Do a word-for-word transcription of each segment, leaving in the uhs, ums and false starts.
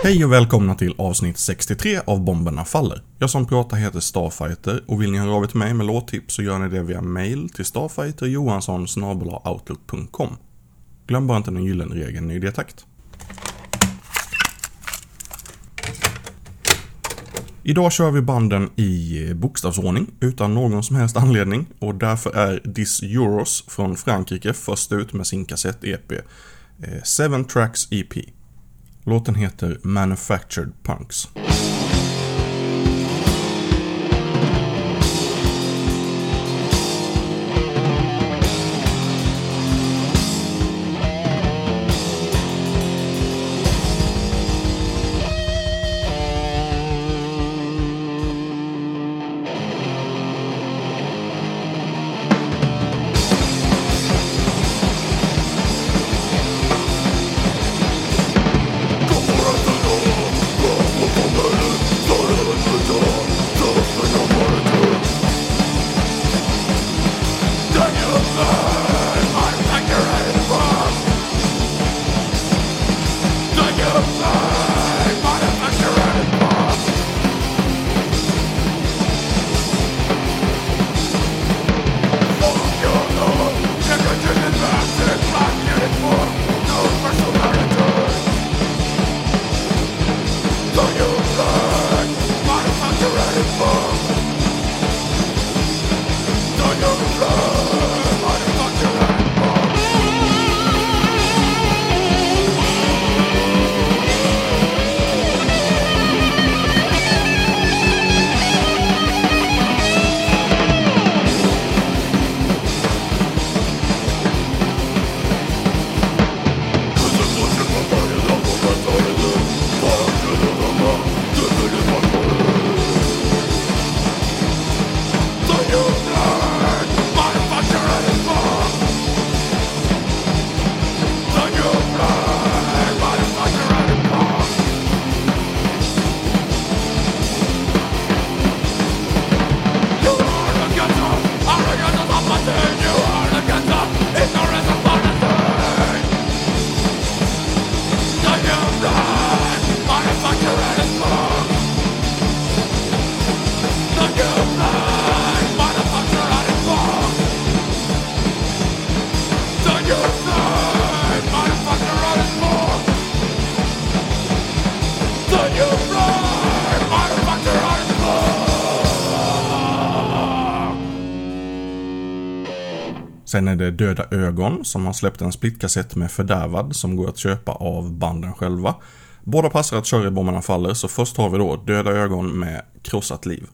Hej och välkomna till avsnitt sextiotre av Bomberna Faller. Jag som pratar heter Starfighter och vill ni höra av er till mig med låttips så gör ni det via mail till starfighterjohansson snabel-a outlook punkt com. Glöm bara inte den gyllene regeln i det takt. Idag kör vi banden i bokstavsordning utan någon som helst anledning och därför är This Euros från Frankrike först ut med sin kassett-E P, Seven Tracks E P. Låten heter Manufactured Punks. Sen är det Döda Ögon som har släppt en splitkassett med Fördärvad som går att köpa av banden själva. Båda passar att köra i Bomberna Faller, så först har vi då Döda Ögon med Krossat liv.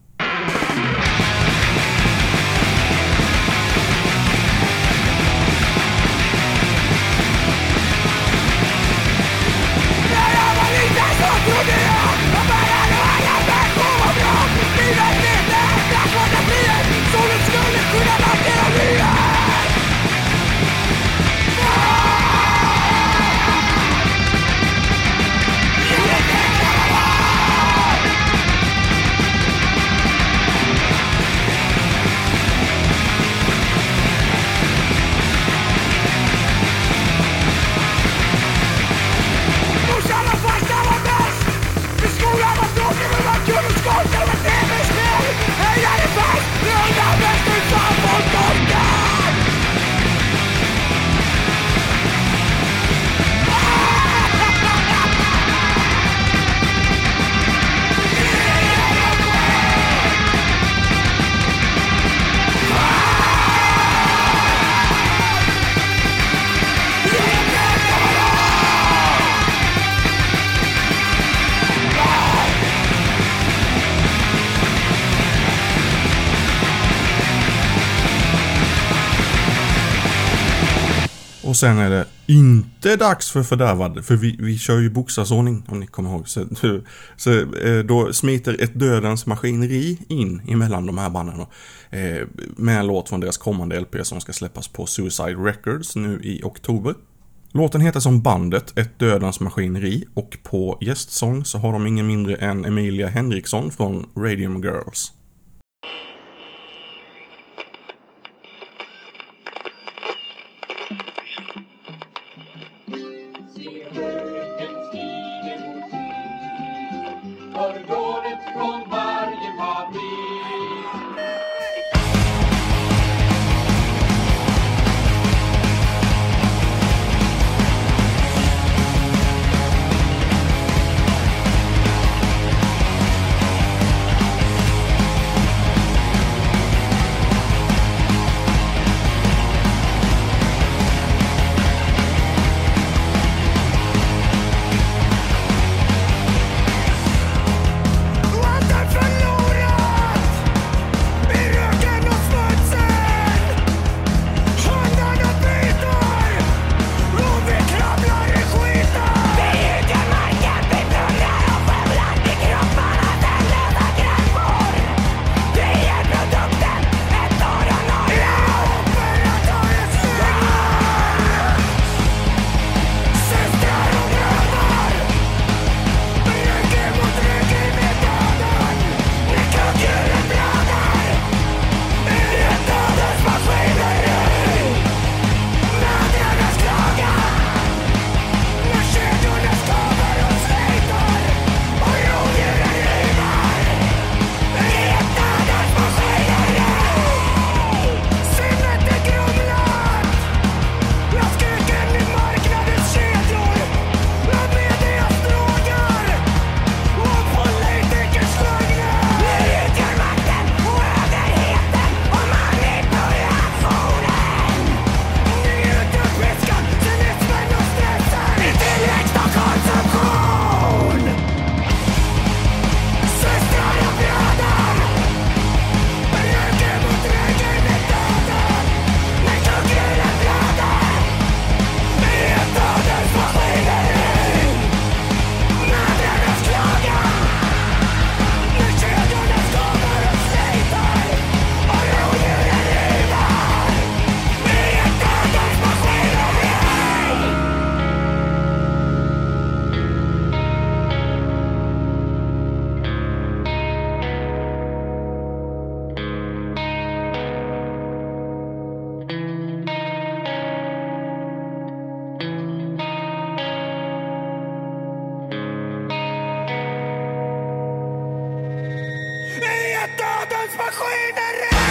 Och sen är det inte dags för Fördärvad, för vi, vi kör ju bokstavsordning om ni kommer ihåg. Så, så då smiter ett dödens maskineri in emellan de här banden eh, med en låt från deras kommande L P som ska släppas på Suicide Records nu i oktober. Låten heter som bandet Ett dödens maskineri och på gästsång så har de ingen mindre än Emilia Henriksson från Radium Girls. Dödsmaskiner!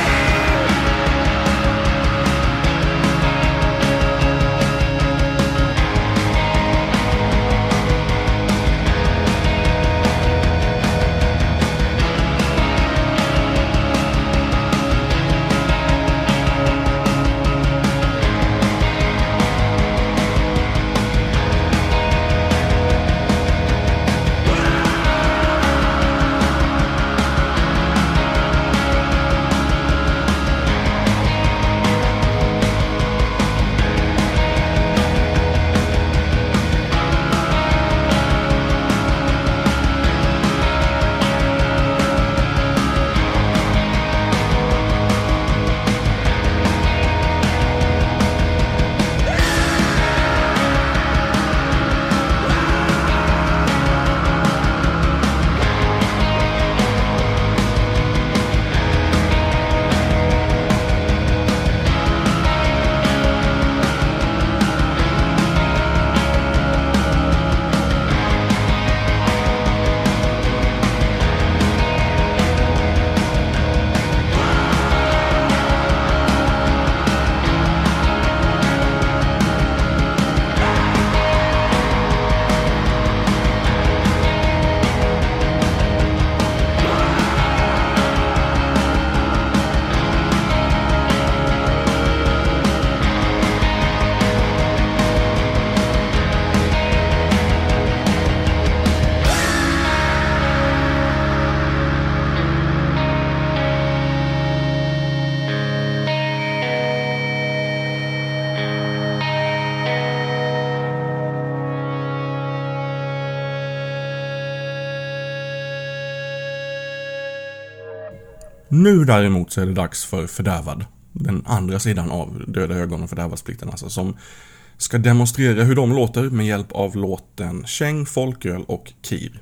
Nu däremot så är det dags för Fördärvad, den andra sidan av Döda ögon och Fördärvadsplikten, alltså, som ska demonstrera hur de låter med hjälp av låten Käng, Folköl och Kir.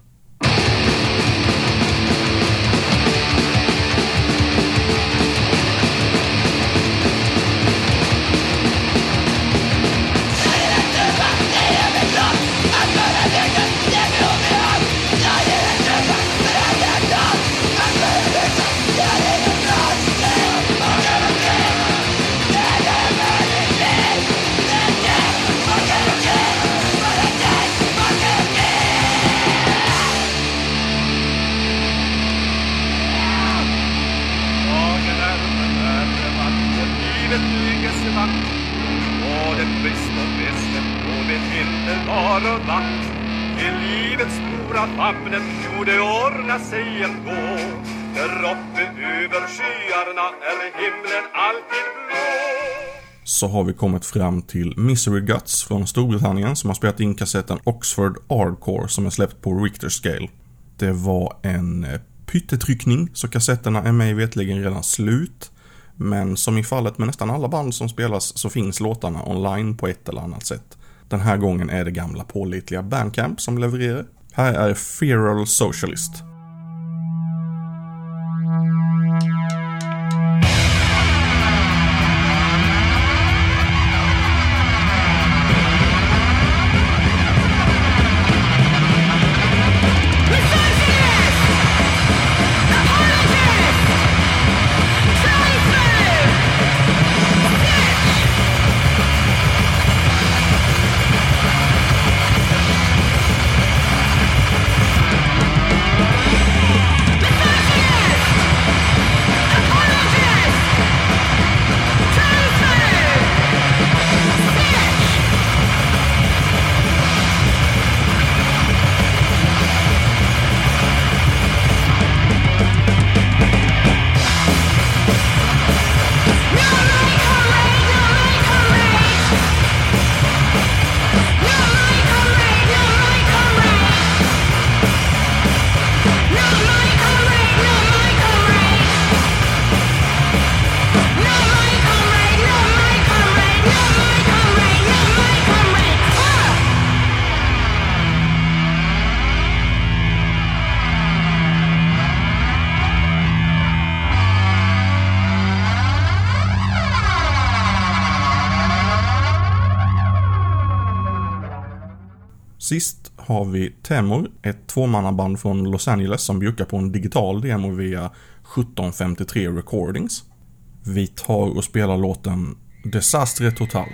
Famnen gjorde ordna sig ändå. Där uppe över skyarna är himlen alltid blå. Så har vi kommit fram till Misery Guts från Storbritannien, som har spelat in kassetten Oxford Hardcore som är släppt på Richter Scale. Det var en pyttetryckning, så kassetterna är mig vetligen redan slut. Men som i fallet med nästan alla band som spelas så finns låtarna online på ett eller annat sätt. Den här gången är det gamla pålitliga Bandcamp som levererar. Här är Feral Socialist. Sist har vi Temor, ett tvåmannaband från Los Angeles som bjuckar på en digital demo via sjutton femtiotre Recordings. Vi tar och spelar låten Desastre Total.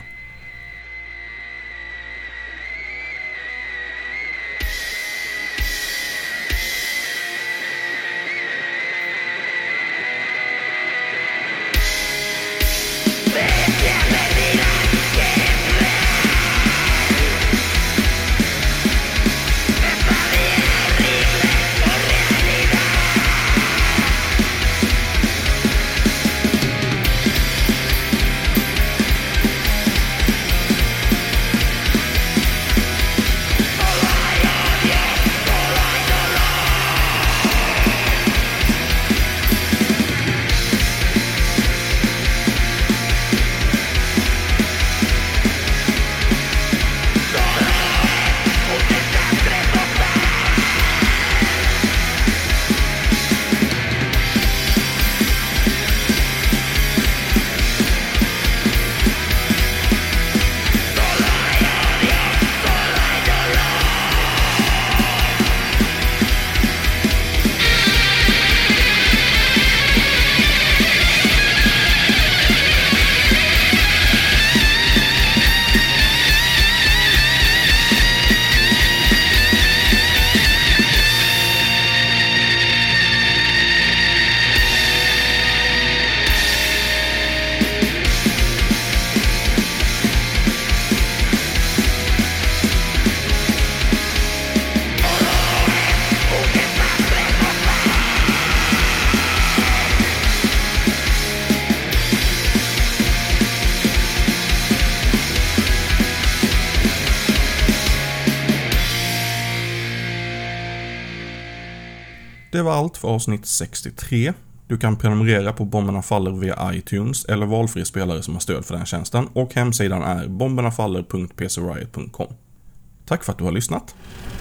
Det var allt för avsnitt sextiotre. Du kan prenumerera på Bomberna Faller via iTunes eller valfri spelare som har stöd för den tjänsten, och hemsidan är bombernafaller punkt p c riot punkt com. Tack för att du har lyssnat.